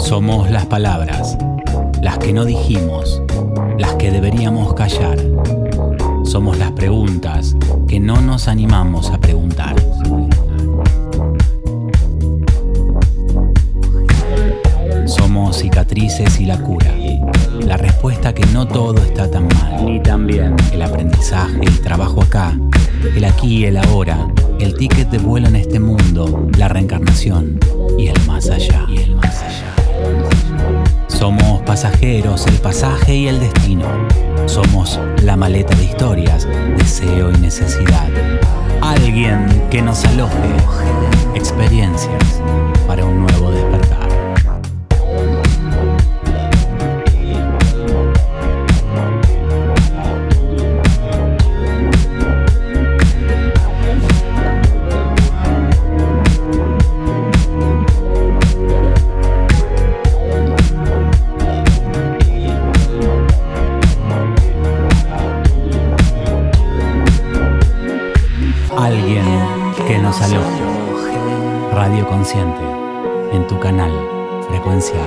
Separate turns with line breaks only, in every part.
Somos las palabras, las que no dijimos, las que deberíamos callar. Somos las preguntas que no nos animamos a preguntar. Somos cicatrices y la cura, la respuesta que no todo está tan mal, ni tan bien. El aprendizaje, el trabajo acá, el aquí y el ahora, el ticket de vuelo en este mundo, la reencarnación y el más allá. Somos pasajeros, el pasaje y el destino. Somos la maleta de historias, deseo y necesidad. Alguien que nos aloje, experiencias para un nuevo despertar. Alguien que nos aloje. Radio Consciente, en tu canal Frecuencial.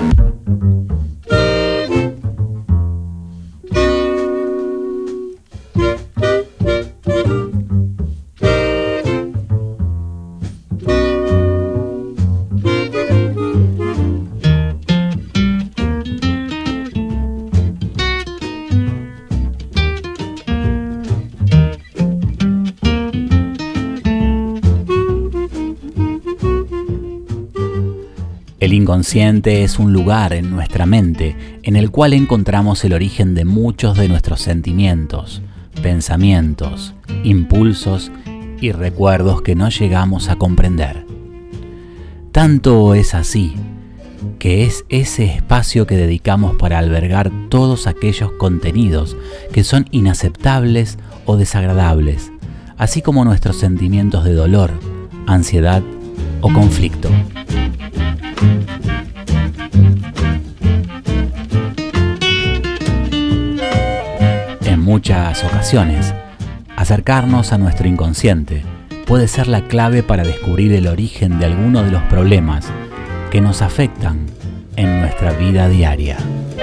El inconsciente es un lugar en nuestra mente en el cual encontramos el origen de muchos de nuestros sentimientos, pensamientos, impulsos y recuerdos que no llegamos a comprender. Tanto es así que es ese espacio que dedicamos para albergar todos aquellos contenidos que son inaceptables o desagradables, así como nuestros sentimientos de dolor, ansiedad o conflicto. En muchas ocasiones, acercarnos a nuestro inconsciente puede ser la clave para descubrir el origen de alguno de los problemas que nos afectan en nuestra vida diaria.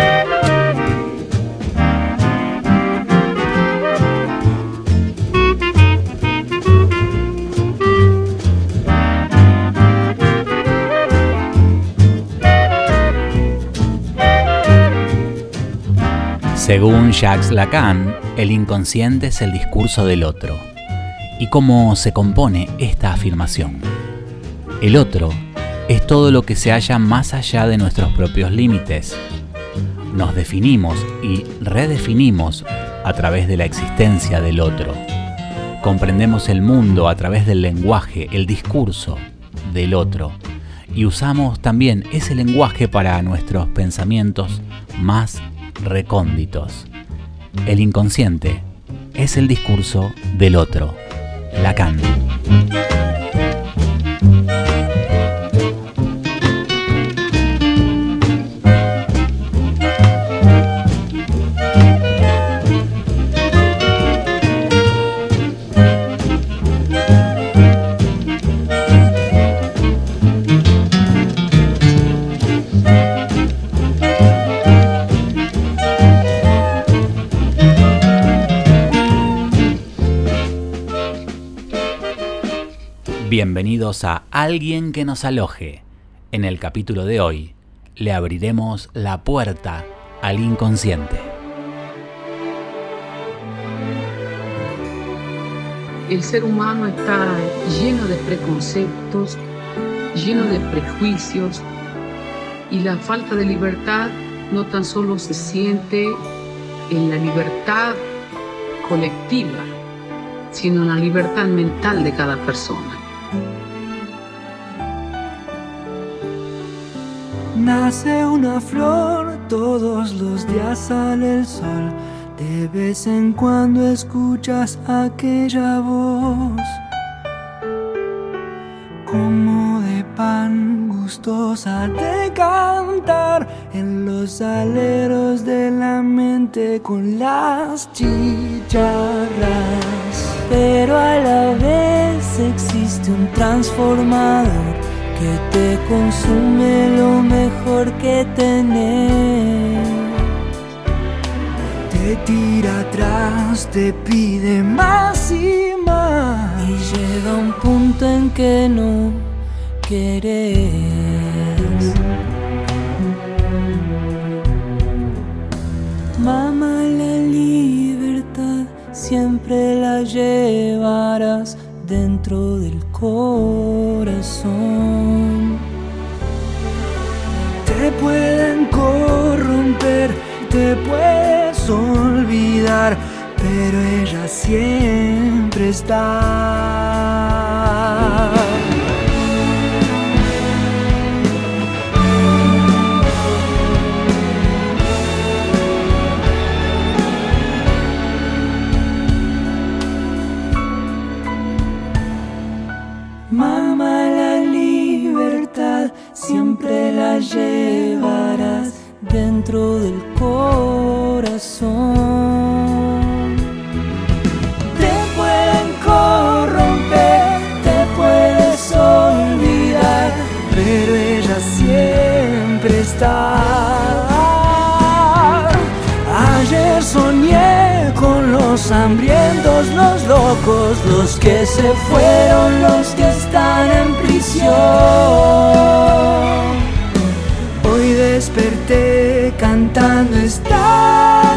Según Jacques Lacan, el inconsciente es el discurso del otro. ¿Y cómo se compone esta afirmación? El otro es todo lo que se halla más allá de nuestros propios límites. Nos definimos y redefinimos a través de la existencia del otro. Comprendemos el mundo a través del lenguaje, el discurso del otro. Y usamos también ese lenguaje para nuestros pensamientos más recónditos. El inconsciente es el discurso del otro. Lacan. Bienvenidos a Alguien que nos aloje. En el capítulo de hoy, le abriremos la puerta al inconsciente.
El ser humano está lleno de preconceptos, lleno de prejuicios, y la falta de libertad no tan solo se siente en la libertad colectiva, sino en la libertad mental de cada persona.
Nace una flor, todos los días sale el sol. De vez en cuando escuchas aquella voz, como de pan gustosa de cantar en los aleros de la mente con las chicharras. Pero a la vez existe un transformador que te consume lo mejor que tenés. Te tira atrás, te pide más y más, y llega un punto en que no querés. Mamá, la libertad siempre la llevarás dentro del corazón. Te pueden corromper, te puedes olvidar, pero ella siempre está. Mamá, la libertad siempre la llevarás dentro del corazón. Te pueden corromper, te puedes olvidar, pero ella siempre está. Ayer soñé con los hambrientos, los locos, los que se fueron, los que están en prisión. Hoy desperté cantando esta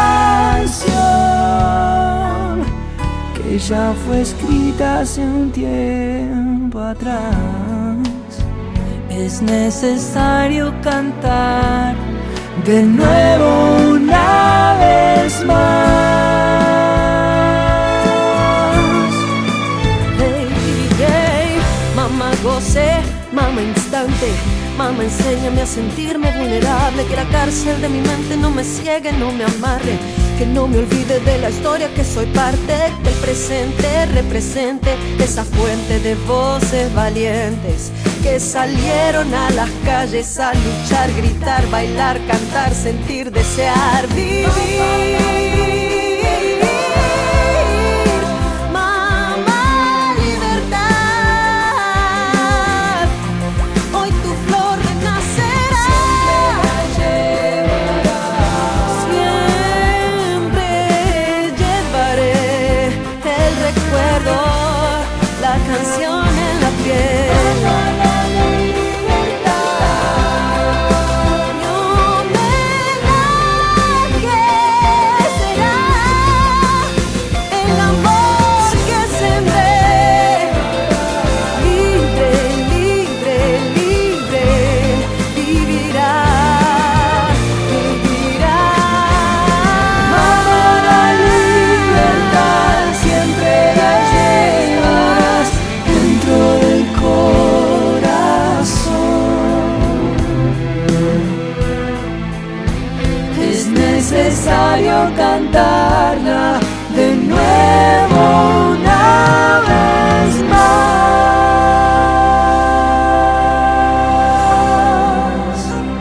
canción que ya fue escrita hace un tiempo atrás. Es necesario cantar de nuevo una vez más.
Hey, hey, mamá gocé, mamá instante, mamá enséñame a sentirme vulnerable, que la cárcel de mi mente no me ciegue, no me amarre, que no me olvide de la historia, que soy parte del presente, represente esa fuente de voces valientes que salieron a las calles a luchar, gritar, bailar, cantar, sentir, desear, vivir. Mamá, libertad, hoy tu flor renacerá. Siempre llevaré el recuerdo, la canción en la piel. Cantarla de nuevo una vez más.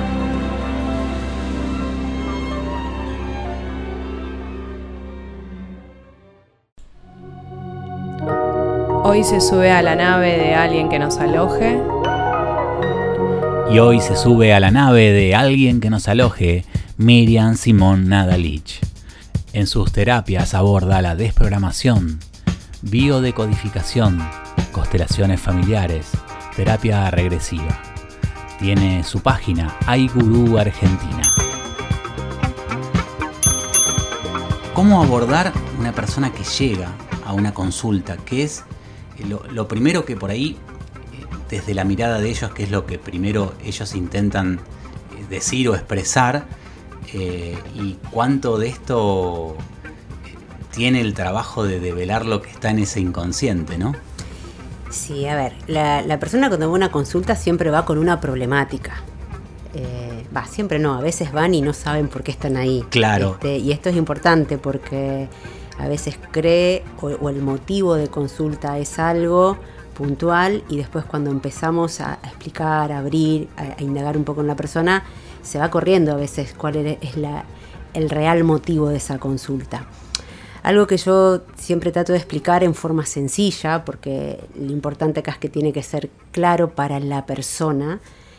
Hoy se sube a la nave de alguien que nos aloje.
Y hoy se sube a la nave de alguien que nos aloje, Miriam Simón Nadalich. En sus terapias aborda la desprogramación, biodecodificación, constelaciones familiares, terapia regresiva. Tiene su página iGurú Argentina. ¿Cómo abordar una persona que llega a una consulta? ¿Qué es lo primero que por ahí, desde la mirada de ellos, qué es lo que primero ellos intentan decir o expresar? Y cuánto de esto tiene el trabajo de develar lo que está en ese inconsciente, ¿no?
Sí, a ver, la persona cuando va a una consulta siempre va con una problemática. Siempre no, a veces van y no saben por qué están ahí.
Claro.
Y esto es importante porque a veces cree o el motivo de consulta es algo puntual y después cuando empezamos a explicar, a abrir, a indagar un poco en la persona, se va corriendo a veces cuál es el real motivo de esa consulta. Algo que yo siempre trato de explicar en forma sencilla, porque lo importante acá es que tiene que ser claro para la persona,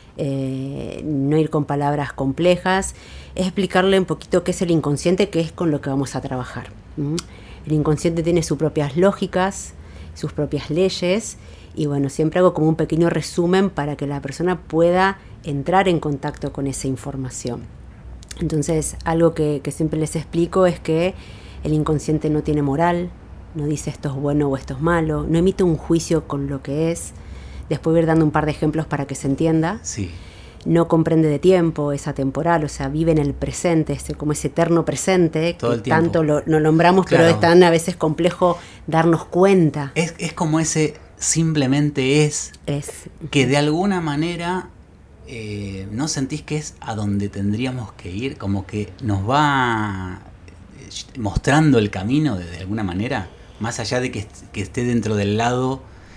no ir con palabras complejas, es explicarle un poquito qué es el inconsciente, que es con lo que vamos a trabajar. El inconsciente tiene sus propias lógicas, sus propias leyes, y bueno, siempre hago como un pequeño resumen para que la persona pueda entrar en contacto con esa información. Entonces, algo que siempre les explico es que el inconsciente no tiene moral, no dice esto es bueno o esto es malo, no emite un juicio con lo que es. Después voy a ir dando un par de ejemplos para que se entienda.
Sí.
No comprende de tiempo, es atemporal, o sea, vive en el presente, como ese eterno presente,
todo
que tanto lo nombramos, claro. Pero es tan a veces complejo darnos cuenta.
Es como ese simplemente es. Que de alguna manera no sentís que es a donde tendríamos que ir, como que nos va mostrando el camino de alguna manera, más allá de que esté dentro del lado,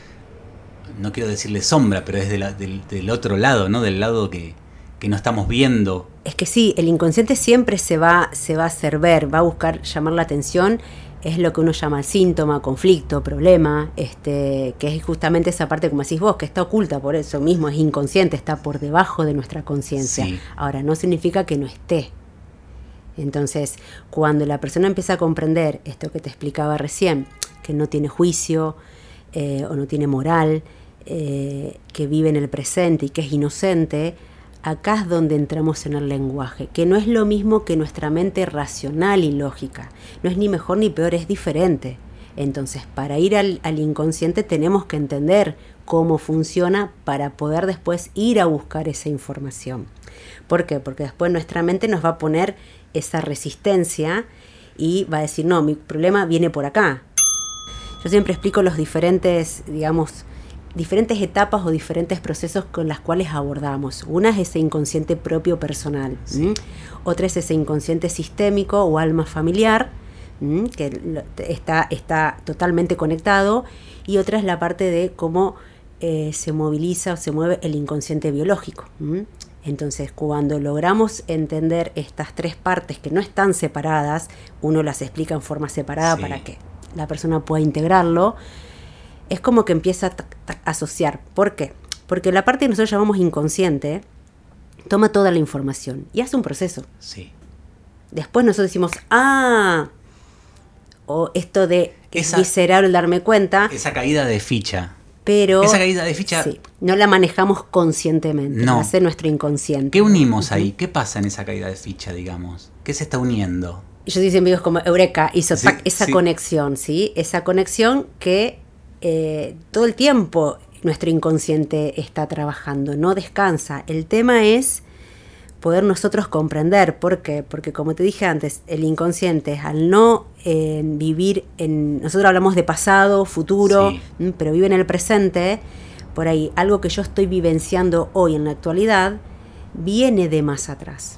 no quiero decirle sombra, pero es del otro lado, ¿no? Del lado que no estamos viendo.
Es que sí, el inconsciente siempre se va a hacer ver, va a buscar llamar la atención, es lo que uno llama síntoma, conflicto, problema, que es justamente esa parte, como decís vos, que está oculta, por eso mismo es inconsciente, está por debajo de nuestra conciencia. Sí. Ahora, no significa que no esté. Entonces, cuando la persona empieza a comprender esto que te explicaba recién, que no tiene juicio o no tiene moral, que vive en el presente y que es inocente, acá es donde entramos en el lenguaje, que no es lo mismo que nuestra mente racional y lógica. No es ni mejor ni peor, es diferente. Entonces, para ir al inconsciente tenemos que entender cómo funciona para poder después ir a buscar esa información. ¿Por qué? Porque después nuestra mente nos va a poner esa resistencia y va a decir, no, mi problema viene por acá. Yo siempre explico los diferentes etapas o diferentes procesos con las cuales abordamos. Una es ese inconsciente propio personal. Sí. Otra es ese inconsciente sistémico o alma familiar, que está totalmente conectado. Y otra es la parte de cómo se moviliza o se mueve el inconsciente biológico. Entonces, cuando logramos entender estas tres partes que no están separadas, uno las explica en forma separada, sí, para que la persona pueda integrarlo, es como que empieza a asociar. ¿Por qué? Porque la parte que nosotros llamamos inconsciente toma toda la información y hace un proceso.
Sí.
Después nosotros decimos, o esto de es visceral darme cuenta.
Esa caída de ficha.
Pero
esa caída de ficha,
sí, no la manejamos conscientemente, no. Hace nuestro inconsciente.
¿Qué unimos ahí? ¿Qué pasa en esa caída de ficha, digamos? ¿Qué se está uniendo?
Yo digo siempre como eureka, hizo sí, esa conexión, ¿sí? Esa conexión que todo el tiempo nuestro inconsciente está trabajando, no descansa. El tema es poder nosotros comprender. ¿Por qué? Porque como te dije antes, el inconsciente, al no vivir en... Nosotros hablamos de pasado, futuro, sí, pero vive en el presente. Por ahí, algo que yo estoy vivenciando hoy en la actualidad, viene de más atrás.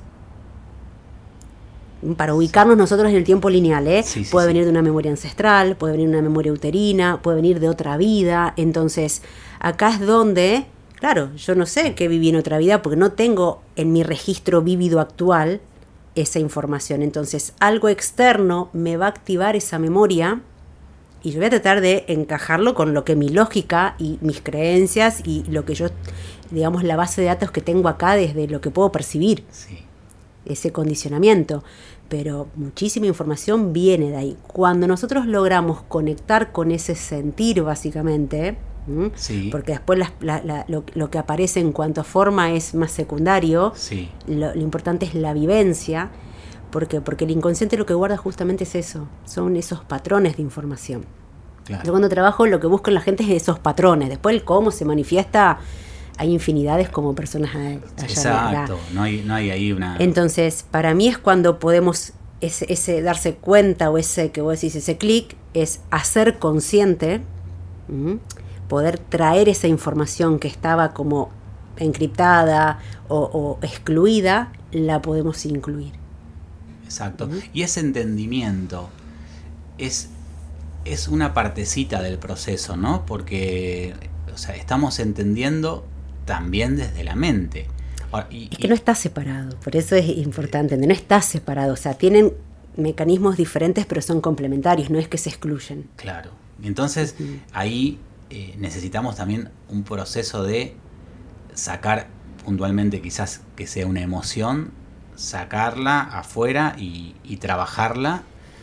Para ubicarnos nosotros en el tiempo lineal, sí, puede venir de una memoria ancestral, puede venir de una memoria uterina, puede venir de otra vida. Entonces, acá es donde... Claro, yo no sé qué viví en otra vida porque no tengo en mi registro vívido actual esa información. Entonces, algo externo me va a activar esa memoria y yo voy a tratar de encajarlo con lo que mi lógica y mis creencias y lo que yo, digamos, la base de datos que tengo acá desde lo que puedo percibir.
Sí.
Ese condicionamiento. Pero muchísima información viene de ahí. Cuando nosotros logramos conectar con ese sentir, básicamente... Sí. Porque después lo que aparece en cuanto a forma es más secundario.
Sí.
Lo importante es la vivencia. ¿Por qué? Porque el inconsciente lo que guarda justamente es eso. Son esos patrones de información.
Claro.
Yo cuando trabajo lo que busco en la gente es esos patrones. Después el cómo se manifiesta, hay infinidades como personas allá.
Exacto. No hay ahí una...
Entonces, para mí es cuando podemos ese darse cuenta o ese que vos decís, ese clic, es hacer consciente... poder traer esa información que estaba como encriptada o excluida, la podemos incluir.
Exacto. Y ese entendimiento es una partecita del proceso, ¿no? Porque, o sea, estamos entendiendo también desde la mente.
Es que no está separado, por eso es importante, no está separado, o sea, tienen mecanismos diferentes, pero son complementarios, no es que se excluyen.
Claro. Entonces, ahí necesitamos también un proceso de sacar puntualmente, quizás que sea una emoción, sacarla afuera y trabajarla.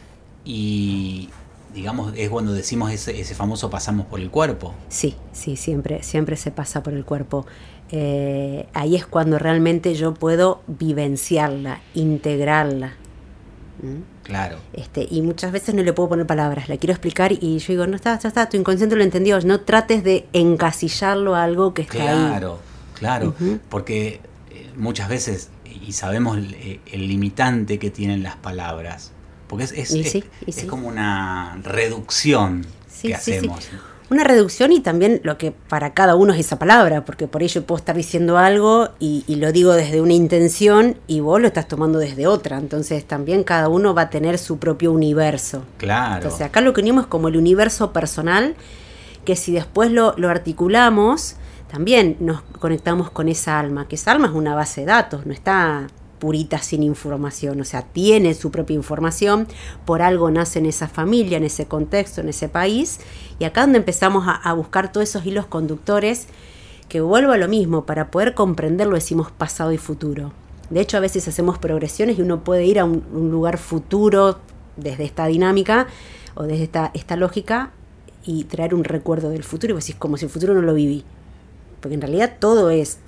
Y digamos, es cuando decimos ese famoso pasamos por el cuerpo.
Sí, siempre se pasa por el cuerpo. Ahí es cuando realmente yo puedo vivenciarla, integrarla.
Claro.
Y muchas veces no le puedo poner palabras, la quiero explicar y yo digo, no está, ya está, tu inconsciente lo entendió, no trates de encasillarlo a algo que está ahí.
Claro, porque muchas veces, y sabemos el limitante que tienen las palabras, porque es como una reducción que hacemos.
Sí. Una reducción y también lo que para cada uno es esa palabra, porque por ello puedo estar diciendo algo y lo digo desde una intención y vos lo estás tomando desde otra, entonces también cada uno va a tener su propio universo.
Claro.
Entonces acá lo que unimos es como el universo personal, que si después lo articulamos, también nos conectamos con esa alma, que esa alma es una base de datos, no está purita sin información, o sea, tiene su propia información, por algo nace en esa familia, en ese contexto, en ese país, y acá donde empezamos a buscar todos esos hilos conductores, que vuelvo a lo mismo, para poder comprenderlo decimos pasado y futuro. De hecho, a veces hacemos progresiones y uno puede ir a un lugar futuro desde esta dinámica o desde esta lógica y traer un recuerdo del futuro, y vos decís, como si el futuro no lo viví. Porque en realidad todo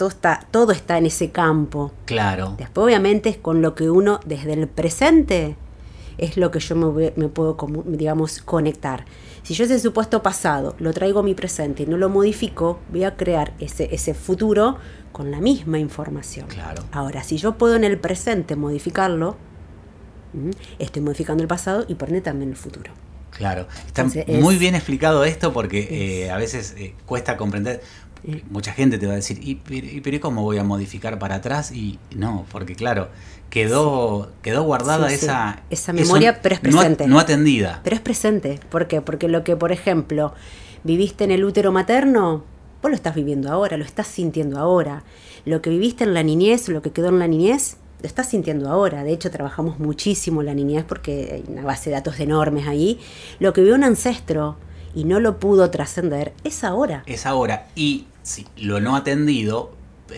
está en ese campo.
Claro.
Después obviamente es con lo que uno desde el presente es lo que yo me puedo, digamos, conectar. Si yo ese supuesto pasado lo traigo a mi presente y no lo modifico, voy a crear ese futuro con la misma información.
Claro.
Ahora, si yo puedo en el presente modificarlo, estoy modificando el pasado y por ende también el futuro.
Claro. Está muy bien explicado esto porque a veces cuesta comprender. Mucha gente te va a decir, pero ¿y cómo voy a modificar para atrás? Y no, porque claro, quedó guardada esa
memoria, pero es presente.
No atendida.
Pero es presente. ¿Por qué? Porque lo que, por ejemplo, viviste en el útero materno, vos lo estás viviendo ahora, lo estás sintiendo ahora. Lo que viviste en la niñez, lo que quedó en la niñez, lo estás sintiendo ahora. De hecho, trabajamos muchísimo la niñez porque hay una base de datos enormes ahí. Lo que vivió un ancestro y no lo pudo trascender, es ahora.
Es ahora. Y si lo no atendido,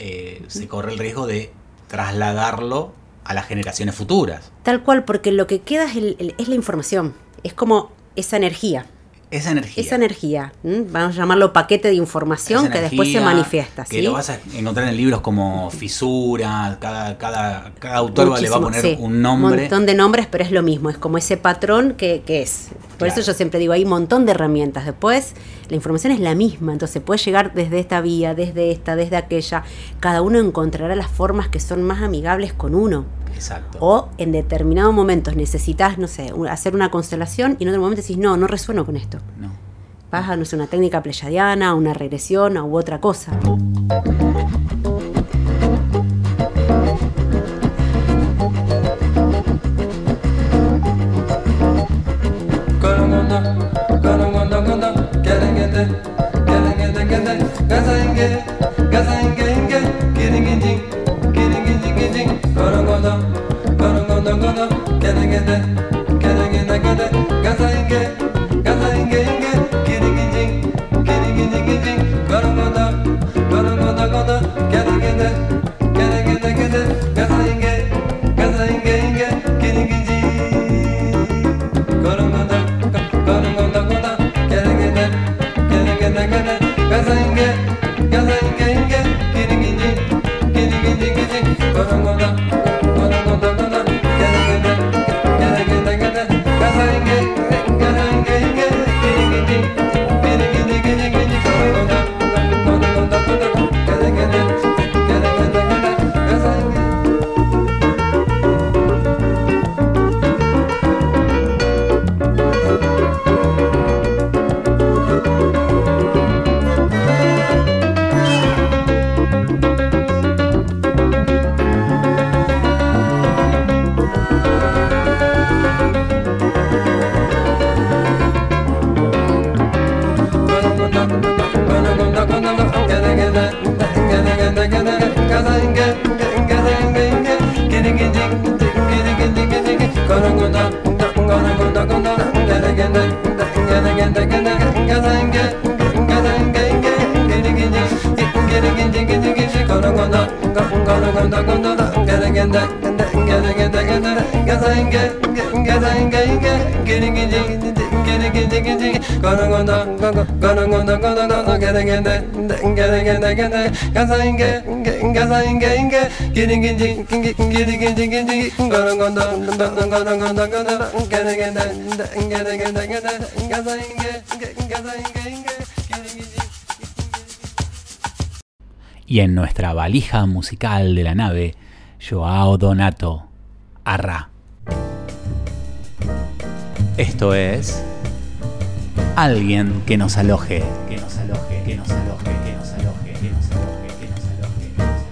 se corre el riesgo de trasladarlo a las generaciones futuras.
Tal cual, porque lo que queda es la información. Es como esa energía.
Esa energía.
Vamos a llamarlo paquete de información que después se manifiesta.
Que lo vas a encontrar en libros como Fisura, cada autor muchísimo, le va a poner un nombre.
Un montón de nombres, pero es lo mismo, es como ese patrón que es. Por eso yo siempre digo, hay un montón de herramientas. Después la información es la misma, entonces puede llegar desde esta vía, desde esta, desde aquella. Cada uno encontrará las formas que son más amigables con uno.
Exacto.
O en determinados momentos necesitas, no sé, hacer una constelación y en otro momento decís, no resueno con esto.
No.
Vas a, no sé, una técnica pleyadiana, una regresión u otra cosa.
Y en nuestra valija musical de la nave, Joao Donato, Arra. Esto es alguien que nos aloje, que nos aloje, que nos aloje, que nos aloje, que nos aloje, que nos aloje, que nos aloje.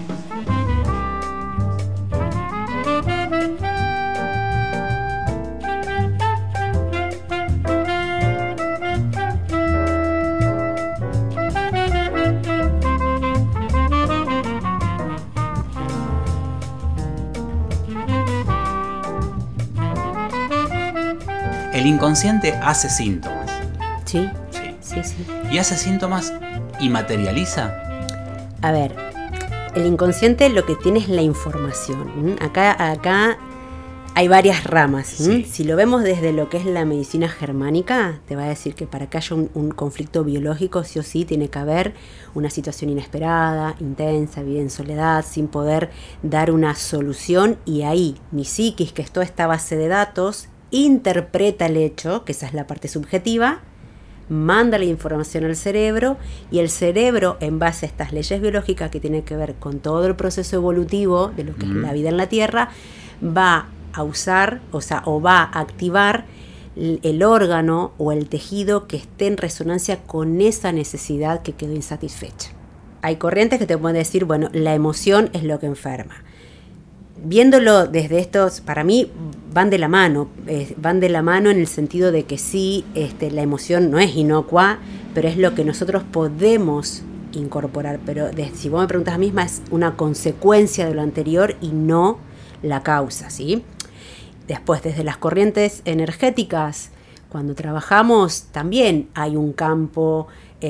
El inconsciente hace síntomas.
Sí.
¿Y hace síntomas y materializa?
A ver, el inconsciente lo que tiene es la información. Acá hay varias ramas.
Sí.
Si lo vemos desde lo que es la medicina germánica, te va a decir que para que haya un conflicto biológico, sí o sí, tiene que haber una situación inesperada, intensa, vivida en soledad, sin poder dar una solución. Y ahí, mi psiquis, que es toda esta base de datos, interpreta el hecho, que esa es la parte subjetiva, manda la información al cerebro, y el cerebro, en base a estas leyes biológicas que tienen que ver con todo el proceso evolutivo de lo que es la vida en la Tierra, va a usar, o va a activar el órgano o el tejido que esté en resonancia con esa necesidad que quedó insatisfecha. Hay corrientes que te pueden decir, bueno, la emoción es lo que enferma. Viéndolo desde estos, para mí van de la mano en el sentido de que sí, la emoción no es inocua, pero es lo que nosotros podemos incorporar. Pero si vos me preguntas a mí, es una consecuencia de lo anterior y no la causa, ¿sí? Después, desde las corrientes energéticas, cuando trabajamos también hay un campo,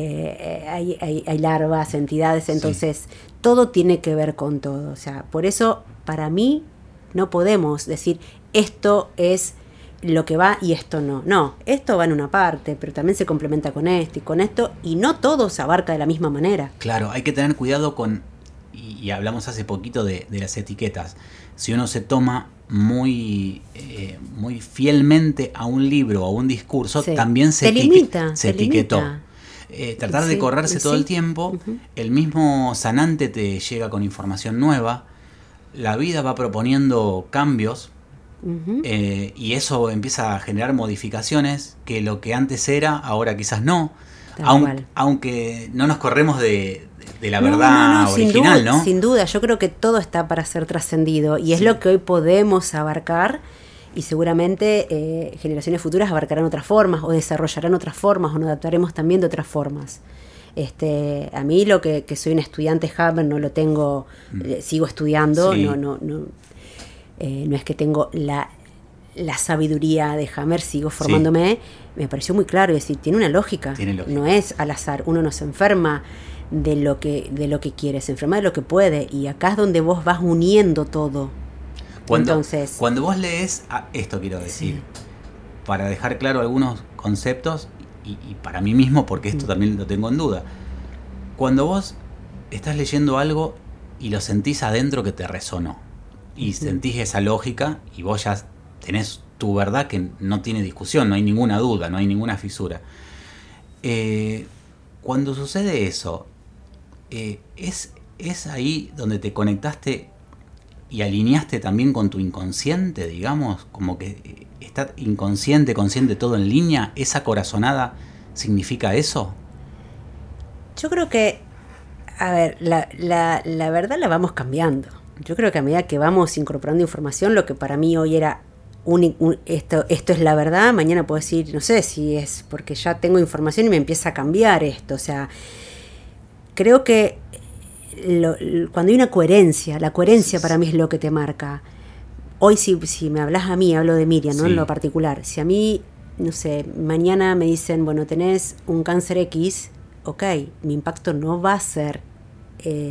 hay larvas, entidades, entonces todo tiene que ver con todo. O sea, por eso para mí no podemos decir esto es lo que va y esto no. No, esto va en una parte, pero también se complementa con esto y con esto, y no todo se abarca de la misma manera.
Claro, hay que tener cuidado con, y hablamos hace poquito de las etiquetas. Si uno se toma muy fielmente a un libro o a un discurso, también se etiquetó. Tratar de correrse todo el tiempo, el mismo sanante te llega con información nueva, la vida va proponiendo cambios, y eso empieza a generar modificaciones que lo que antes era, ahora quizás no, aunque no nos corremos de la verdad original, ¿no?
Sin duda, yo creo que todo está para ser trascendido y es lo que hoy podemos abarcar. Y seguramente generaciones futuras abarcarán otras formas o desarrollarán otras formas o nos adaptaremos también de otras formas. A mí lo que soy un estudiante Hammer no lo tengo, sigo estudiando, no es que tengo la sabiduría de Hammer, sigo formándome. Me pareció muy claro, es decir, tiene una lógica. No es al azar, uno no se enferma de lo que quiere, se enferma de lo que puede, y acá es donde vos vas uniendo todo.
Cuando vos lees, esto quiero decir, para dejar claro algunos conceptos, y para mí mismo, porque esto también lo tengo en duda, cuando vos estás leyendo algo y lo sentís adentro que te resonó, y sentís esa lógica, y vos ya tenés tu verdad que no tiene discusión, no hay ninguna duda, no hay ninguna fisura. Cuando sucede eso, es ahí donde te conectaste y alineaste también con tu inconsciente, digamos, como que está inconsciente, consciente, todo en línea. ¿Esa corazonada significa eso?
Yo creo que, a ver, la verdad la vamos cambiando. Yo creo que a medida que vamos incorporando información, lo que para mí hoy era esto es la verdad, mañana puedo decir, no sé si es porque ya tengo información y me empieza a cambiar esto. O sea, creo que cuando hay una coherencia, la coherencia para mí es lo que te marca. Hoy si me hablas a mí, hablo de Miriam, ¿no? En lo particular. Si a mí, no sé, mañana me dicen, bueno, tenés un cáncer X, ok, mi impacto no va a ser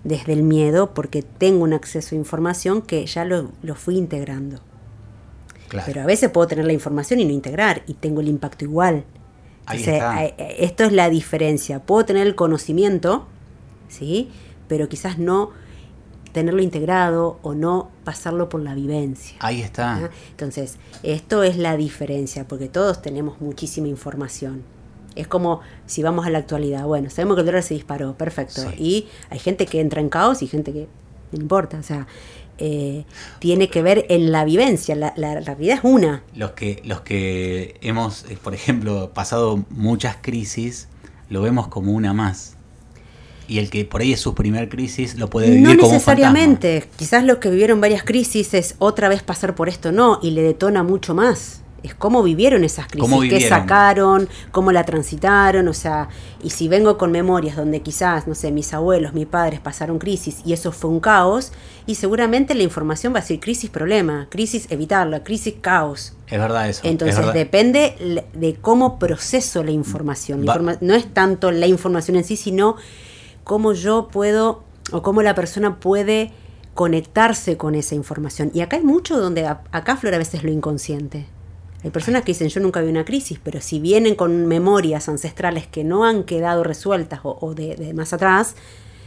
desde el miedo porque tengo un acceso a información que ya lo fui integrando.
Claro.
Pero a veces puedo tener la información y no integrar y tengo el impacto igual. Entonces, esto es la diferencia. Puedo tener el conocimiento, ¿sí? Pero quizás no tenerlo integrado o no pasarlo por la vivencia.
Ahí está.
¿Ah? Entonces, esto es la diferencia, porque todos tenemos muchísima información. Es como si vamos a la actualidad. Bueno, sabemos que el dólar se disparó, perfecto.
Sí.
Y hay gente que entra en caos y gente que no importa. O sea, tiene que ver en la vivencia. La realidad es una.
Los que hemos, por ejemplo, pasado muchas crisis, lo vemos como una más. Y el que por ahí es su primer crisis lo puede vivir como un fantasma.
No necesariamente. Quizás los que vivieron varias crisis es otra vez pasar por esto, no, y le detona mucho más. Es cómo vivieron esas crisis, qué sacaron, cómo la transitaron, o sea, y si vengo con memorias donde quizás, no sé, mis abuelos, mis padres pasaron crisis y eso fue un caos, y seguramente la información va a decir crisis, problema, crisis, evitarla, crisis, caos.
Es verdad eso.
Entonces
verdad.
Depende de cómo proceso la información. No es tanto la información en sí, sino cómo yo puedo, o cómo la persona puede conectarse con esa información. Y acá hay mucho donde acá aflora a veces lo inconsciente. Hay personas que dicen, yo nunca vi una crisis, pero si vienen con memorias ancestrales que no han quedado resueltas o de más atrás,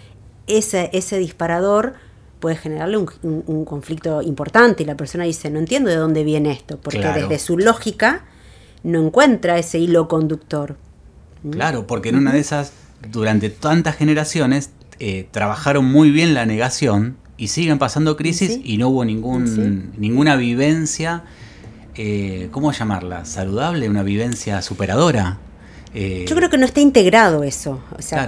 ese disparador puede generarle un conflicto importante y la persona dice, no entiendo de dónde viene esto, porque desde su lógica no encuentra ese hilo conductor.
Claro, porque en una de esas, durante tantas generaciones, trabajaron muy bien la negación y siguen pasando crisis y no hubo ninguna vivencia. ¿Cómo llamarla? ¿Saludable? ¿Una vivencia superadora?
Yo creo que no está integrado eso. O sea,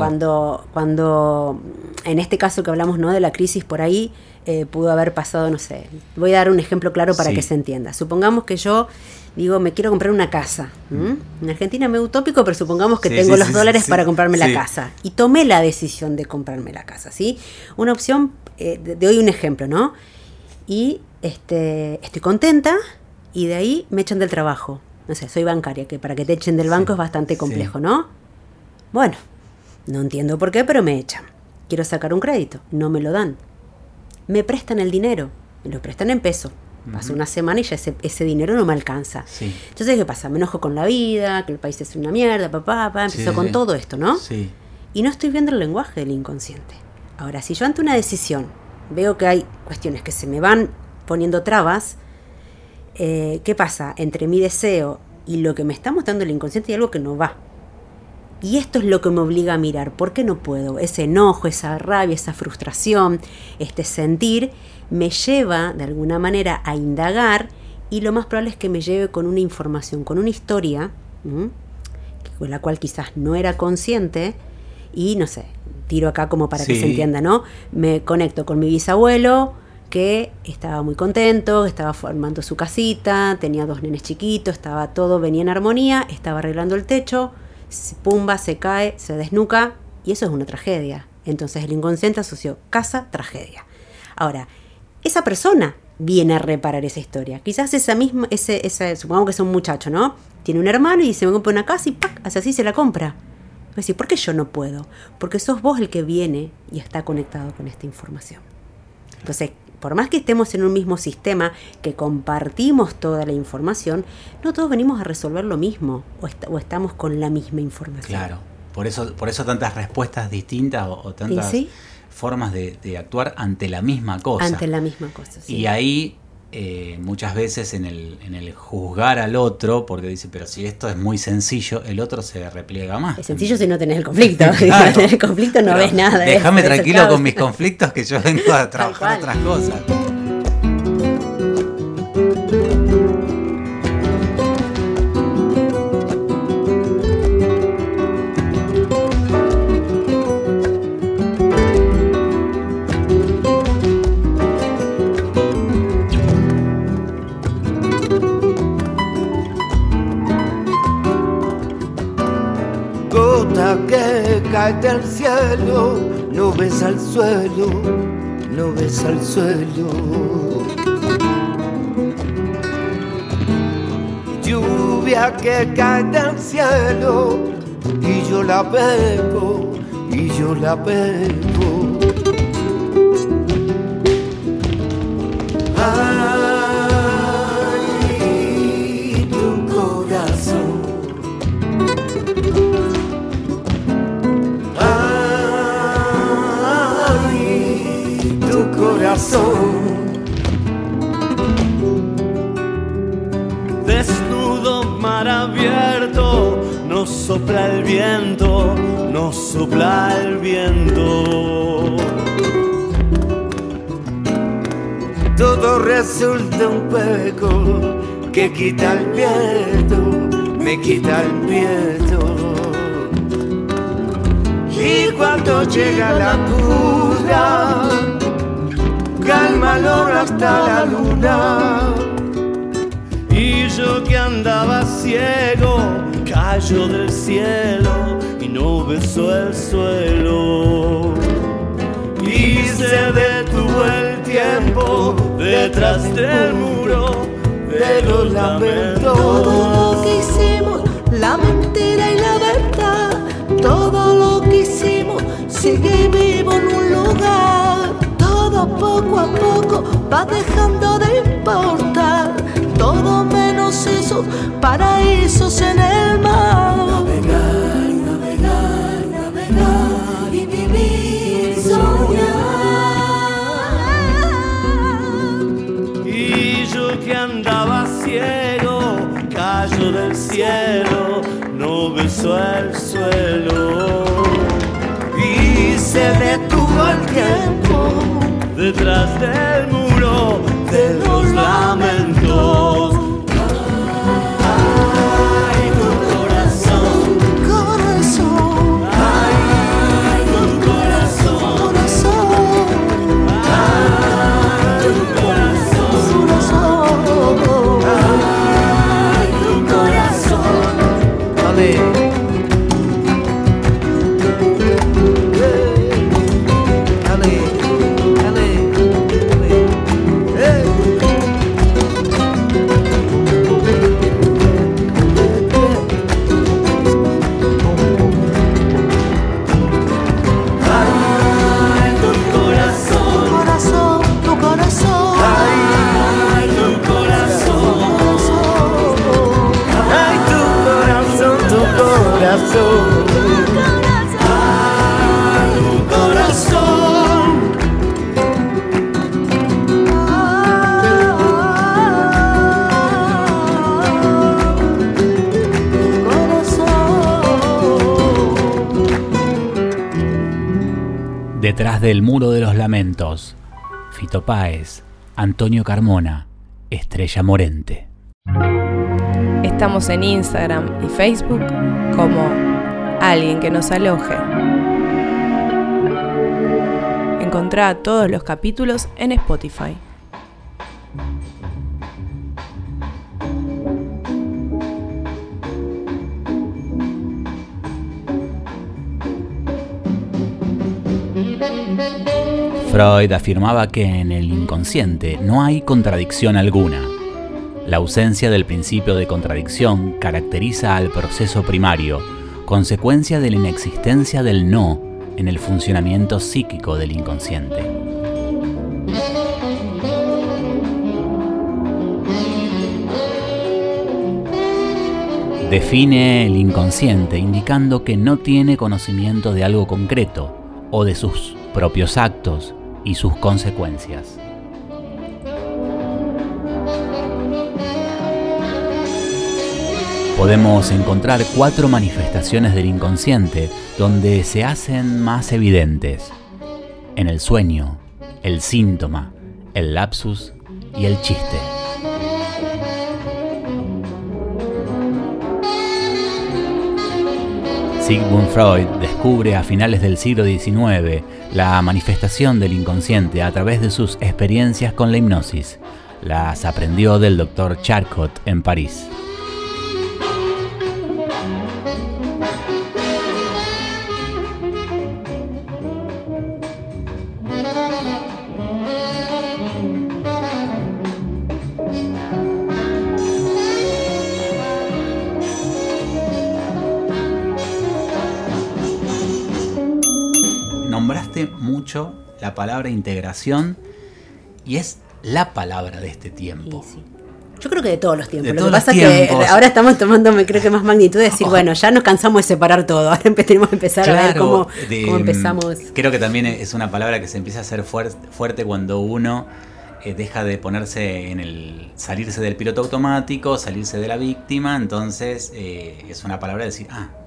cuando en este caso que hablamos, ¿no?, de la crisis por ahí, pudo haber pasado, no sé, voy a dar un ejemplo claro para que se entienda. Supongamos que yo digo, me quiero comprar una casa. En Argentina es medio utópico, pero supongamos que tengo los dólares para comprarme la casa. Y tomé la decisión de comprarme la casa, ¿sí? Una opción, de hoy un ejemplo, ¿no? Y estoy contenta. Y de ahí me echan del trabajo. No sé, soy bancaria, que para que te echen del banco es bastante complejo, ¿no? Bueno, no entiendo por qué, pero me echan. Quiero sacar un crédito, no me lo dan. Me prestan el dinero, me lo prestan en peso. Pasa una semana y ya ese dinero no me alcanza. Sí. Entonces, ¿qué pasa? Me enojo con la vida, que el país es una mierda, empiezo con todo esto, ¿no? Sí. Y no estoy viendo el lenguaje del inconsciente. Ahora, si yo ante una decisión veo que hay cuestiones que se me van poniendo trabas, ¿qué pasa? Entre mi deseo y lo que me está mostrando el inconsciente hay algo que no va. Y esto es lo que me obliga a mirar. ¿Por qué no puedo? Ese enojo, esa rabia, esa frustración, este sentir, me lleva de alguna manera a indagar y lo más probable es que me lleve con una información, con una historia, con la cual quizás no era consciente y no sé, tiro acá como para que se entienda, ¿no? Me conecto con mi bisabuelo, que estaba muy contento, estaba formando su casita, tenía 2 nenes chiquitos, estaba todo, venía en armonía, estaba arreglando el techo, pumba, se cae, se desnuca, y eso es una tragedia. Entonces el inconsciente asoció casa, tragedia. Ahora, esa persona viene a reparar esa historia. Quizás esa misma, supongamos que es un muchacho, ¿no? Tiene un hermano y dice, me compro una casa y ¡pac! Hace así se la compra. Es decir, ¿por qué yo no puedo? Porque sos vos el que viene y está conectado con esta información. Entonces, por más que estemos en un mismo sistema, que compartimos toda la información, no todos venimos a resolver lo mismo o estamos con la misma información.
Claro, por eso tantas respuestas distintas o tantas formas de actuar ante la misma cosa.
Ante la misma cosa, sí.
Y ahí muchas veces en el juzgar al otro, porque dice, pero si esto es muy sencillo, el otro se repliega más.
Es sencillo si no tenés el conflicto. Claro. Si no tenés el conflicto no ves nada.
Déjame tranquilo con mis conflictos, que yo vengo a trabajar otras cosas.
Que cae del cielo, no ves al suelo, no ves al suelo. Lluvia que cae del cielo y yo la bebo, y yo la bebo.
Desnudo, mar abierto, nos sopla el viento, nos sopla el viento.
Todo resulta un juego que quita el viento, me quita el viento. Y cuando llega la cura, calma el oro hasta la luna.
Y yo que andaba ciego, cayó del cielo y no besó el suelo. Y se detuvo el tiempo detrás del muro de los lamentos.
Todo lo que hicimos, la mentira y la verdad, todo lo que hicimos sigue vivo en un lugar. Todo poco a poco va dejando de importar, todo menos esos paraísos en el mar.
Navegar, navegar, navegar y vivir, soñar.
Y yo que andaba ciego, cayó del cielo, no besó el suelo.
Y se detuvo el tiempo
detrás del muro de los lamentos. Ay, tu corazón,
Corazón,
ay, tu corazón,
corazón,
ay, tu corazón,
corazón.
ay, tu corazón.
Dale.
Detrás del muro de los lamentos, Fito Páez, Antonio Carmona, Estrella Morente.
Estamos en Instagram y Facebook como Alguien que nos aloje. Encontrá todos los capítulos en Spotify.
Freud afirmaba que en el inconsciente no hay contradicción alguna. La ausencia del principio de contradicción caracteriza al proceso primario, consecuencia de la inexistencia del no en el funcionamiento psíquico del inconsciente. Define el inconsciente indicando que no tiene conocimiento de algo concreto o de sus propios actos y sus consecuencias. Podemos encontrar 4 manifestaciones del inconsciente donde se hacen más evidentes: en el sueño, el síntoma, el lapsus y el chiste. Sigmund Freud descubre a finales del siglo XIX la manifestación del inconsciente a través de sus experiencias con la hipnosis. Las aprendió del Dr. Charcot en París. Nombraste mucho la palabra integración y es la palabra de este tiempo.
Sí. Yo creo que de todos los tiempos.
De
Lo que
todos
pasa es que ahora estamos tomando, creo que más magnitud de decir, bueno, ya nos cansamos de separar todo. Ahora tenemos que empezar a ver cómo empezamos.
Creo que también es una palabra que se empieza a hacer fuerte cuando uno deja de ponerse salirse del piloto automático, salirse de la víctima. Entonces es una palabra de decir,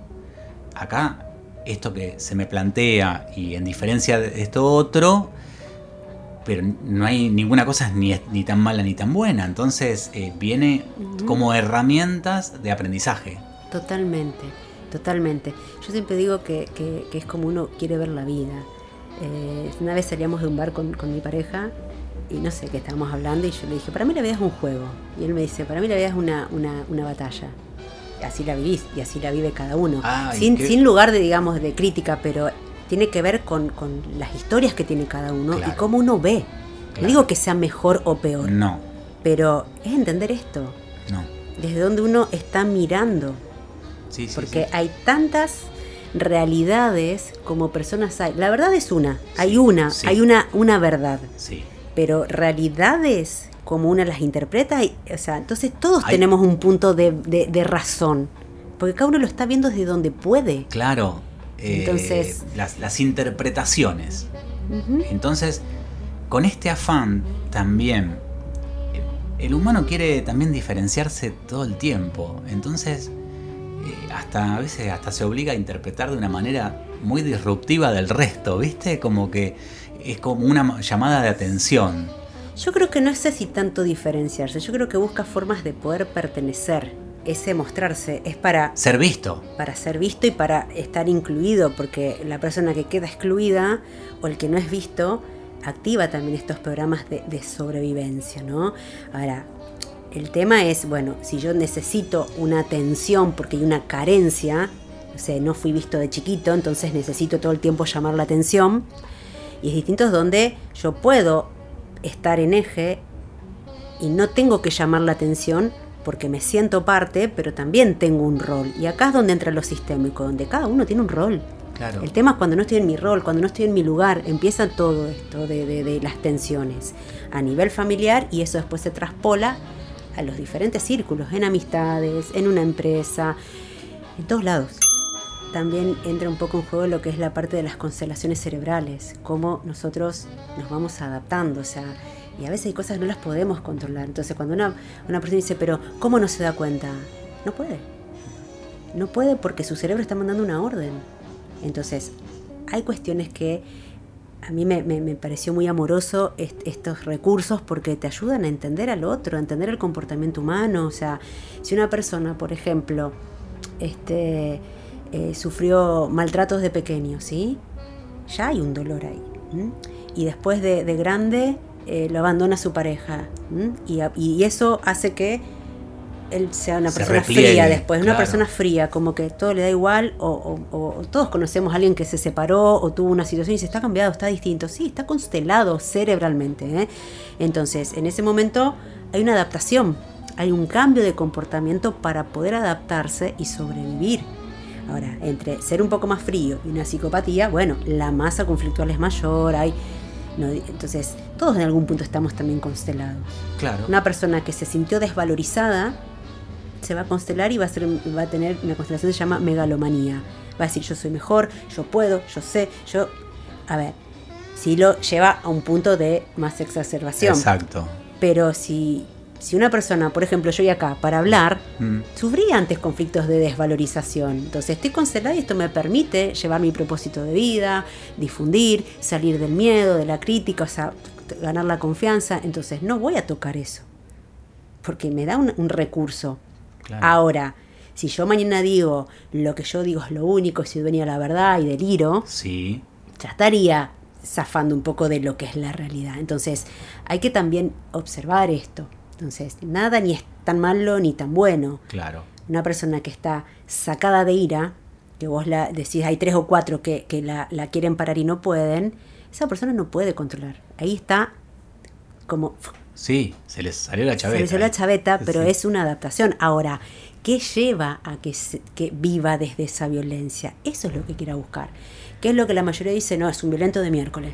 acá esto que se me plantea y en diferencia de esto otro, pero no hay ninguna cosa ni tan mala ni tan buena. Entonces viene como herramientas de aprendizaje.
Totalmente. Yo siempre digo que es como uno quiere ver la vida. Una vez salíamos de un bar con mi pareja y no sé qué estábamos hablando y yo le dije, para mí la vida es un juego. Y él me dice, para mí la vida es una batalla. Así la vivís y así la vive cada uno. Sin lugar de, digamos, de crítica, pero tiene que ver con las historias que tiene cada uno, claro, y cómo uno ve. Claro. No digo que sea mejor o peor.
No.
Pero es entender esto.
No.
Desde donde uno está mirando.
Sí,
porque hay tantas realidades como personas hay. La verdad es una. Hay una verdad.
Sí.
Pero realidades como una las interpreta, o sea, entonces todos tenemos un punto de razón, porque cada uno lo está viendo desde donde puede.
Claro.
Entonces
las interpretaciones. Entonces, con este afán también, el humano quiere también diferenciarse todo el tiempo. Entonces, a veces hasta se obliga a interpretar de una manera muy disruptiva del resto, ¿viste? Como que es como una llamada de atención.
Yo creo que no es así tanto diferenciarse, yo creo que busca formas de poder pertenecer. Ese mostrarse es para
ser visto.
Para ser visto y para estar incluido, porque la persona que queda excluida o el que no es visto activa también estos programas de sobrevivencia, ¿no? Ahora, el tema es, bueno, si yo necesito una atención porque hay una carencia, o sea, no fui visto de chiquito, entonces necesito todo el tiempo llamar la atención, y es distinto donde yo puedo estar en eje y no tengo que llamar la atención porque me siento parte, pero también tengo un rol. Y acá es donde entra lo sistémico, donde cada uno tiene un rol.
Claro.
El tema es cuando no estoy en mi rol, cuando no estoy en mi lugar, empieza todo esto de las tensiones a nivel familiar, y eso después se traspola a los diferentes círculos, en amistades, en una empresa, en todos lados. También entra un poco en juego lo que es la parte de las constelaciones cerebrales, cómo nosotros nos vamos adaptando, o sea, y a veces hay cosas que no las podemos controlar. Entonces cuando una persona dice, pero ¿cómo no se da cuenta? No puede. No puede porque su cerebro está mandando una orden. Entonces hay cuestiones que a mí me pareció muy amoroso estos recursos, porque te ayudan a entender al otro, a entender el comportamiento humano. O sea, si una persona, por ejemplo, sufrió maltratos de pequeño, ¿sí? Ya hay un dolor ahí. Y después de grande lo abandona su pareja. Y eso hace que él sea una persona fría después. Claro. Una persona fría, como que todo le da igual, o todos conocemos a alguien que se separó o tuvo una situación y se está cambiado, está distinto. Sí, está constelado cerebralmente, Entonces, en ese momento hay una adaptación, hay un cambio de comportamiento para poder adaptarse y sobrevivir. Ahora, entre ser un poco más frío y una psicopatía, bueno, la masa conflictual es mayor, entonces todos en algún punto estamos también constelados.
Claro.
Una persona que se sintió desvalorizada se va a constelar y va a tener una constelación que se llama megalomanía. Va a decir, yo soy mejor, yo puedo, yo sé, a ver, si lo lleva a un punto de más exacerbación.
Exacto.
Pero si una persona, por ejemplo, yo voy acá para hablar, sufría antes conflictos de desvalorización. Entonces estoy constelada y esto me permite llevar mi propósito de vida, difundir, salir del miedo, de la crítica, o sea, ganar la confianza. Entonces no voy a tocar eso, porque me da un recurso. Claro. Ahora, si yo mañana digo lo que yo digo es lo único, si venía la verdad y deliro,
sí,
ya estaría zafando un poco de lo que es la realidad. Entonces hay que también observar esto. Entonces, nada ni es tan malo ni tan bueno.
Claro.
Una persona que está sacada de ira, que vos la decís, hay 3 o 4 que la quieren parar y no pueden, esa persona no puede controlar. Ahí está como...
Sí, se les salió la chaveta.
Se les salió la chaveta, pero
sí,
es una adaptación. Ahora, ¿qué lleva a que viva desde esa violencia? Eso es lo que quiera buscar. ¿Qué es lo que la mayoría dice? No, es un violento de miércoles.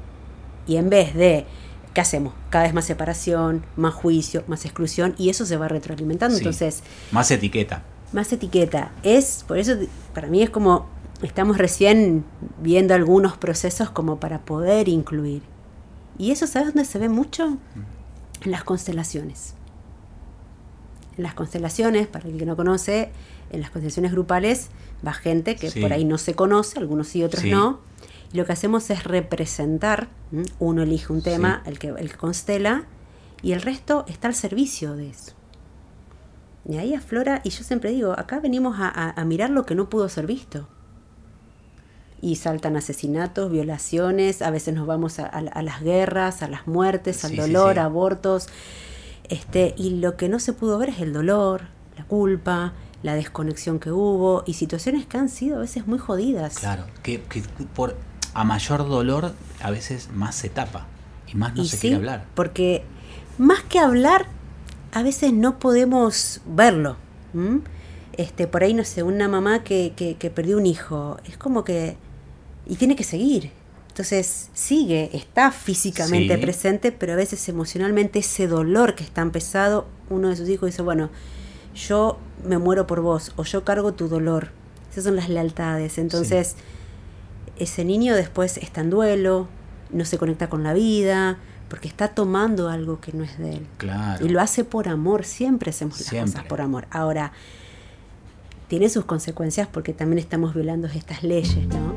Y en vez de... ¿Qué hacemos? Cada vez más separación, más juicio, más exclusión, y eso se va retroalimentando. Sí, entonces,
más etiqueta.
Más etiqueta. Por eso para mí es como estamos recién viendo algunos procesos como para poder incluir. Y eso, ¿sabes dónde se ve mucho? en las constelaciones. En las constelaciones, para el que no conoce, en las constelaciones grupales va gente que por ahí no se conoce, algunos sí, otros no. Y lo que hacemos es representar, uno elige un tema, el que constela, y el resto está al servicio de eso. Y ahí aflora, y yo siempre digo, acá venimos a mirar lo que no pudo ser visto. Y saltan asesinatos, violaciones, a veces nos vamos a las guerras, a las muertes, al dolor, abortos. Y lo que no se pudo ver es el dolor, la culpa, la desconexión que hubo, y situaciones que han sido a veces muy jodidas.
Claro, que a mayor dolor a veces más se tapa y más no se quiere hablar.
Porque más que hablar, a veces no podemos verlo. Por ahí, no sé, una mamá que perdió un hijo, es como que... y tiene que seguir. Entonces sigue, está físicamente presente, pero a veces emocionalmente ese dolor que es tan pesado, uno de sus hijos dice, bueno, yo me muero por vos, o yo cargo tu dolor. Esas son las lealtades. Entonces ese niño después está en duelo, no se conecta con la vida, porque está tomando algo que no es de él.
Claro.
Y lo hace por amor, siempre hacemos las cosas por amor. Ahora, tiene sus consecuencias porque también estamos violando estas leyes, ¿no?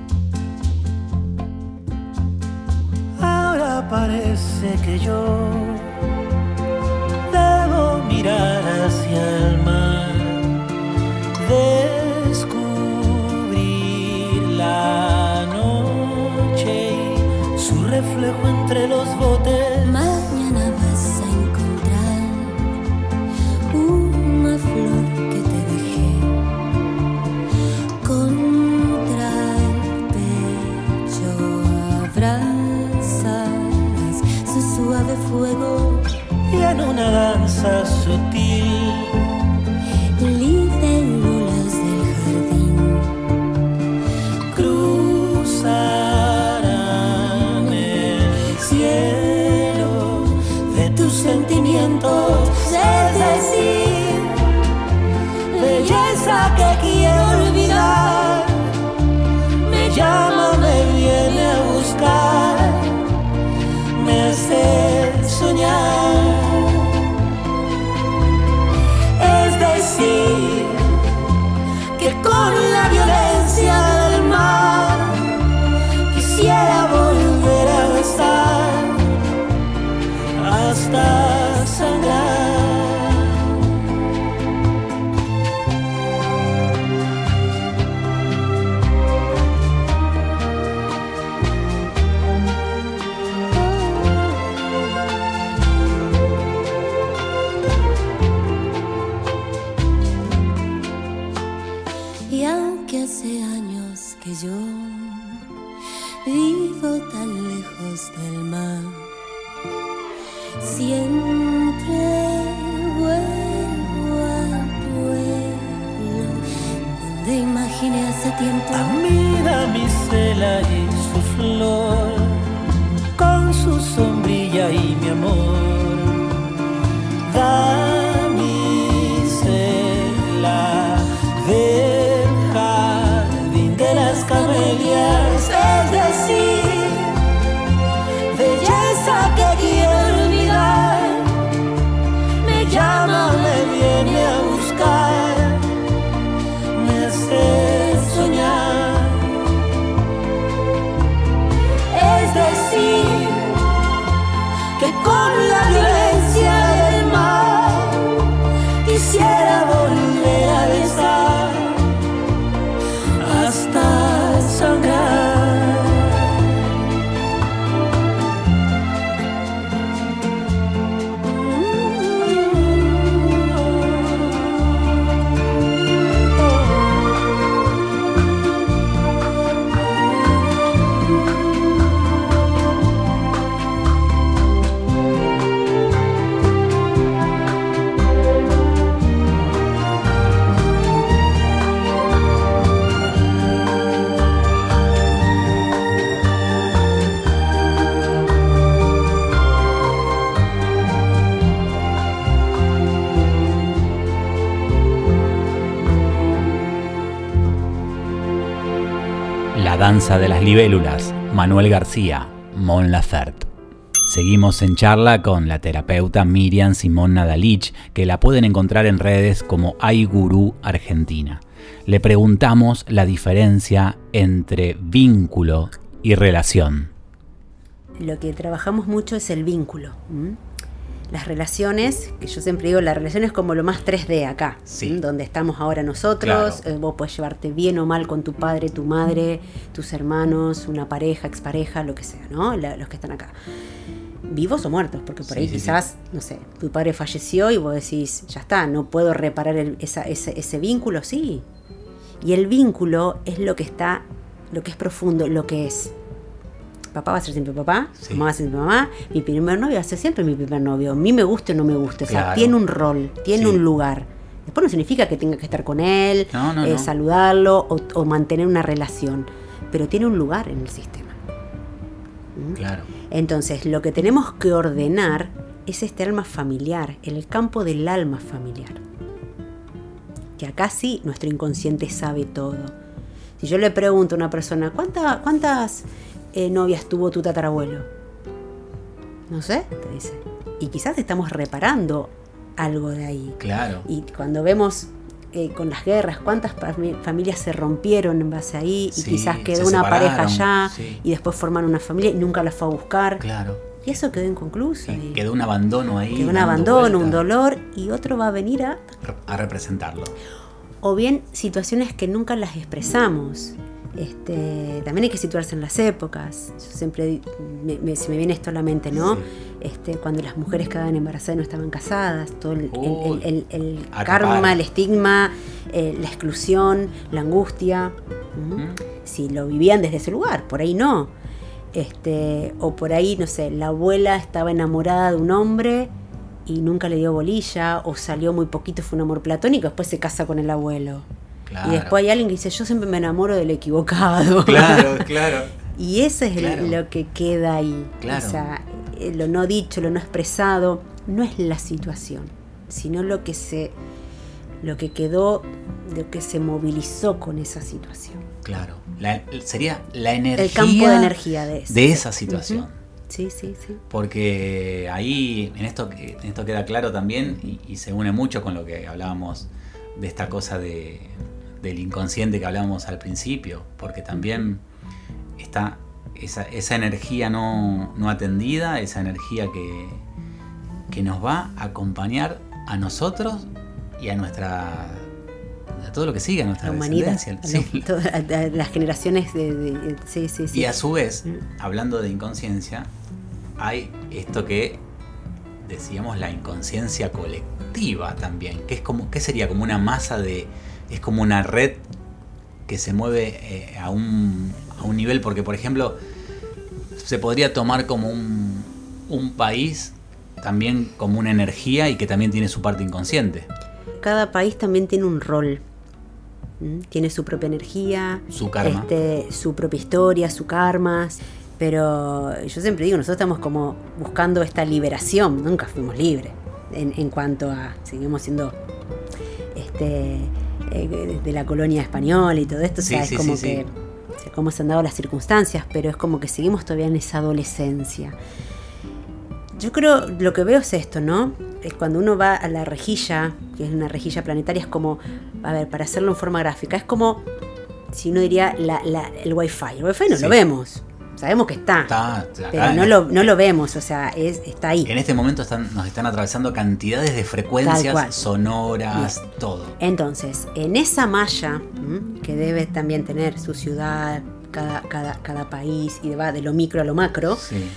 Ahora parece que yo debo mirar hacia el mar, descubrir la noche y su reflejo entre los botes.
Mañana vas a encontrar una flor que te dejé contra el pecho. Abrazarás su suave fuego
y en una danza sutil
libélulas del jardín
cruzarán el cielo de tus sentimientos, es decir, belleza que quiero olvidar, me llama, me viene a buscar, me hace soñar. Es decir, que con la violencia del mar quisiera volver a besar hasta sangrar.
y aunque hace años que yo vivo tan lejos del mar, siempre vuelvo al pueblo donde imaginé hace tiempo
a mi damisela y su flor, con su sombrilla y mi amor. Damisela del jardín de las camelias, es decir, belleza que quiero olvidar, me llama, me viene a buscar, me hace soñar. Es decir, que con la violencia del mar quisiera volver a besar hasta sangrar.
La danza de las libélulas, Manuel García, Mon Laferte. Seguimos en charla con la terapeuta Miriam Simón Nadalich, que la pueden encontrar en redes como iGurú Argentina. Le preguntamos la diferencia entre vínculo y relación.
Lo que trabajamos mucho es el vínculo. Las relaciones, que yo siempre digo, la relación es como lo más 3D acá,
sí.
Donde estamos ahora nosotros.
Claro.
Vos podés llevarte bien o mal con tu padre, tu madre, tus hermanos, una pareja, expareja, lo que sea, ¿no? Los que están acá. Vivos o muertos, porque por ahí quizás, no sé, tu padre falleció y vos decís, ya está, no puedo reparar ese vínculo, sí. Y el vínculo es lo que es profundo, lo que es. Papá va a ser siempre papá, mamá va a ser siempre mamá, mi primer novio va a ser siempre mi primer novio, a mí me guste o no me guste,
claro.
O sea, tiene un rol, tiene un lugar. Después no significa que tenga que estar con él,
no.
saludarlo o mantener una relación, pero tiene un lugar en el sistema.
Claro.
Entonces, lo que tenemos que ordenar es este alma familiar, el campo del alma familiar. Que acá sí, nuestro inconsciente sabe todo. Si yo le pregunto a una persona, ¿cuántas novias tuvo tu tatarabuelo? No sé, te dice. Y quizás estamos reparando algo de ahí.
Claro.
Y cuando vemos con las guerras, cuántas familias se rompieron en base ahí, y quizás quedó una pareja allá, y después formaron una familia y nunca la fue a buscar.
Claro.
Y eso quedó inconcluso.
Sí, quedó un abandono ahí.
Quedó un abandono, un dolor, y otro va a venir a
representarlo.
O bien situaciones que nunca las expresamos. También hay que situarse en las épocas. Yo siempre se me viene esto a la mente, ¿no? Sí. Cuando las mujeres quedaban embarazadas y no estaban casadas, todo el karma, el estigma, la exclusión, la angustia. Si lo vivían desde ese lugar, por ahí no. O por ahí, no sé, la abuela estaba enamorada de un hombre y nunca le dio bolilla, o salió muy poquito, fue un amor platónico, después se casa con el abuelo. Claro. Y después hay alguien que dice, yo siempre me enamoro del equivocado.
Claro.
Y eso es lo que queda ahí.
Claro.
O sea, lo no dicho, lo no expresado, no es la situación, sino lo que quedó, lo que se movilizó con esa situación.
Claro. Sería la energía.
El campo de energía de
esa situación.
Uh-huh. Sí.
Porque ahí, en esto queda claro también, y se une mucho con lo que hablábamos de esta cosa del inconsciente que hablábamos al principio, porque también está esa energía no atendida, esa energía que nos va a acompañar a nosotros y a todo lo que sigue, a nuestra descendencia.
A las generaciones sí.
Y a su vez, hablando de inconsciencia, hay esto que decíamos, la inconsciencia colectiva también, que es como, ¿qué sería? Como una masa es como una red que se mueve a un nivel, porque por ejemplo se podría tomar como un país también como una energía y que también tiene su parte inconsciente.
Cada país también tiene un rol, tiene su propia energía,
su karma,
su propia historia, su karma. Pero yo siempre digo, nosotros estamos como buscando esta liberación, nunca fuimos libres en cuanto a, seguimos siendo de la colonia española y todo esto, o sea, es como que cómo se han dado las circunstancias, pero es como que seguimos todavía en esa adolescencia. Yo creo, lo que veo es esto, ¿no? Cuando uno va a la rejilla, que es una rejilla planetaria, es como, a ver, para hacerlo en forma gráfica, es como si uno diría el Wi-Fi. El Wi-Fi no lo vemos. Sabemos que está pero no lo vemos, o sea, está ahí.
En este momento nos están atravesando cantidades de frecuencias sonoras, bien, todo.
Entonces, en esa malla, que debe también tener su ciudad, cada país, y va de lo micro a lo macro,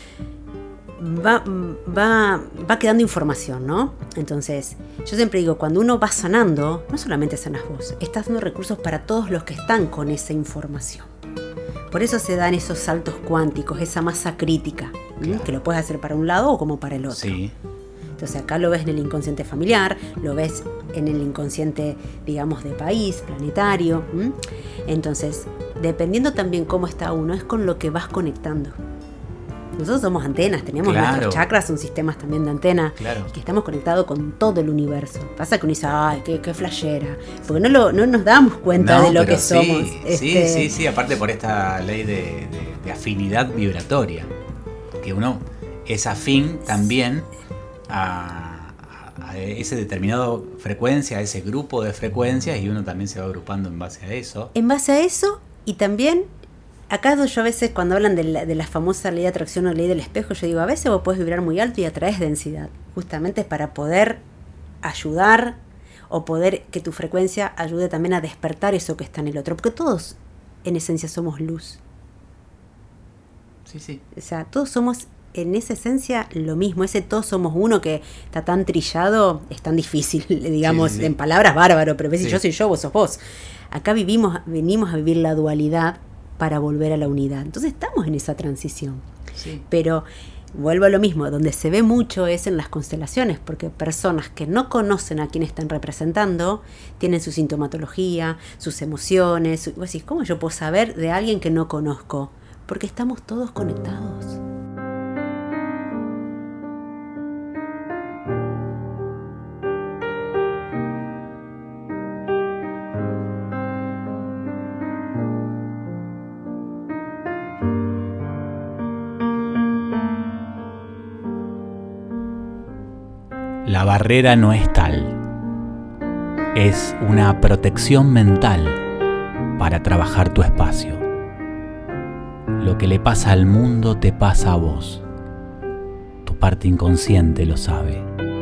va quedando información, ¿no? Entonces, yo siempre digo, cuando uno va sanando, no solamente sanas vos, estás dando recursos para todos los que están con esa información. Por eso se dan esos saltos cuánticos, esa masa crítica, que lo puedes hacer para un lado o como para el otro. Sí. Entonces acá lo ves en el inconsciente familiar, lo ves en el inconsciente, digamos, de país, planetario. Entonces, dependiendo también cómo está uno, es con lo que vas conectando. Nosotros somos antenas, tenemos nuestros chakras, son sistemas también de antena, que estamos conectados con todo el universo. Pasa que uno dice, ay, qué flashera, porque no nos damos cuenta de lo que somos.
Sí, aparte por esta ley de afinidad vibratoria, que uno es afín también a ese determinado frecuencia, a ese grupo de frecuencias, y uno también se va agrupando en base a eso.
En base a eso, y también, acá yo a veces cuando hablan de la famosa ley de atracción o ley del espejo, yo digo, a veces vos podés vibrar muy alto y atraes densidad, justamente para poder ayudar o poder que tu frecuencia ayude también a despertar eso que está en el otro, porque todos en esencia somos luz.
Sí.
O sea, todos somos en esa esencia lo mismo, ese todos somos uno que está tan trillado, es tan difícil, digamos, sí. En palabras bárbaro, pero ves, si yo soy yo, vos sos vos. Acá venimos a vivir la dualidad para volver a la unidad. Entonces estamos en esa transición.
Sí.
Pero vuelvo a lo mismo, donde se ve mucho es en las constelaciones, porque personas que no conocen a quién están representando, tienen su sintomatología, sus emociones, vos decís, ¿cómo yo puedo saber de alguien que no conozco? Porque estamos todos conectados.
La barrera no es tal, es una protección mental para trabajar tu espacio. Lo que le pasa al mundo te pasa a vos. Tu parte inconsciente lo sabe.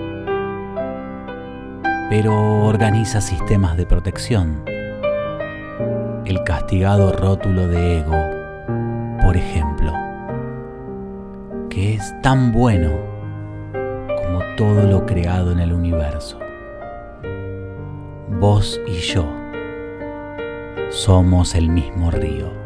Pero organiza sistemas de protección. El castigado rótulo de ego, por ejemplo, que es tan bueno como todo lo creado en el universo. Vos y yo somos el mismo río.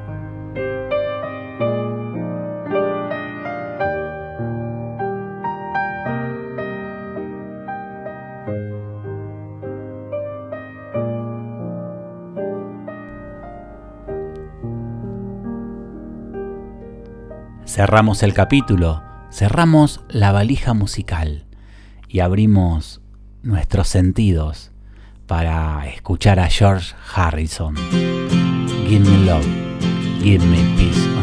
Cerramos el capítulo, cerramos la valija musical y abrimos nuestros sentidos para escuchar a George Harrison. Give me love, give me peace.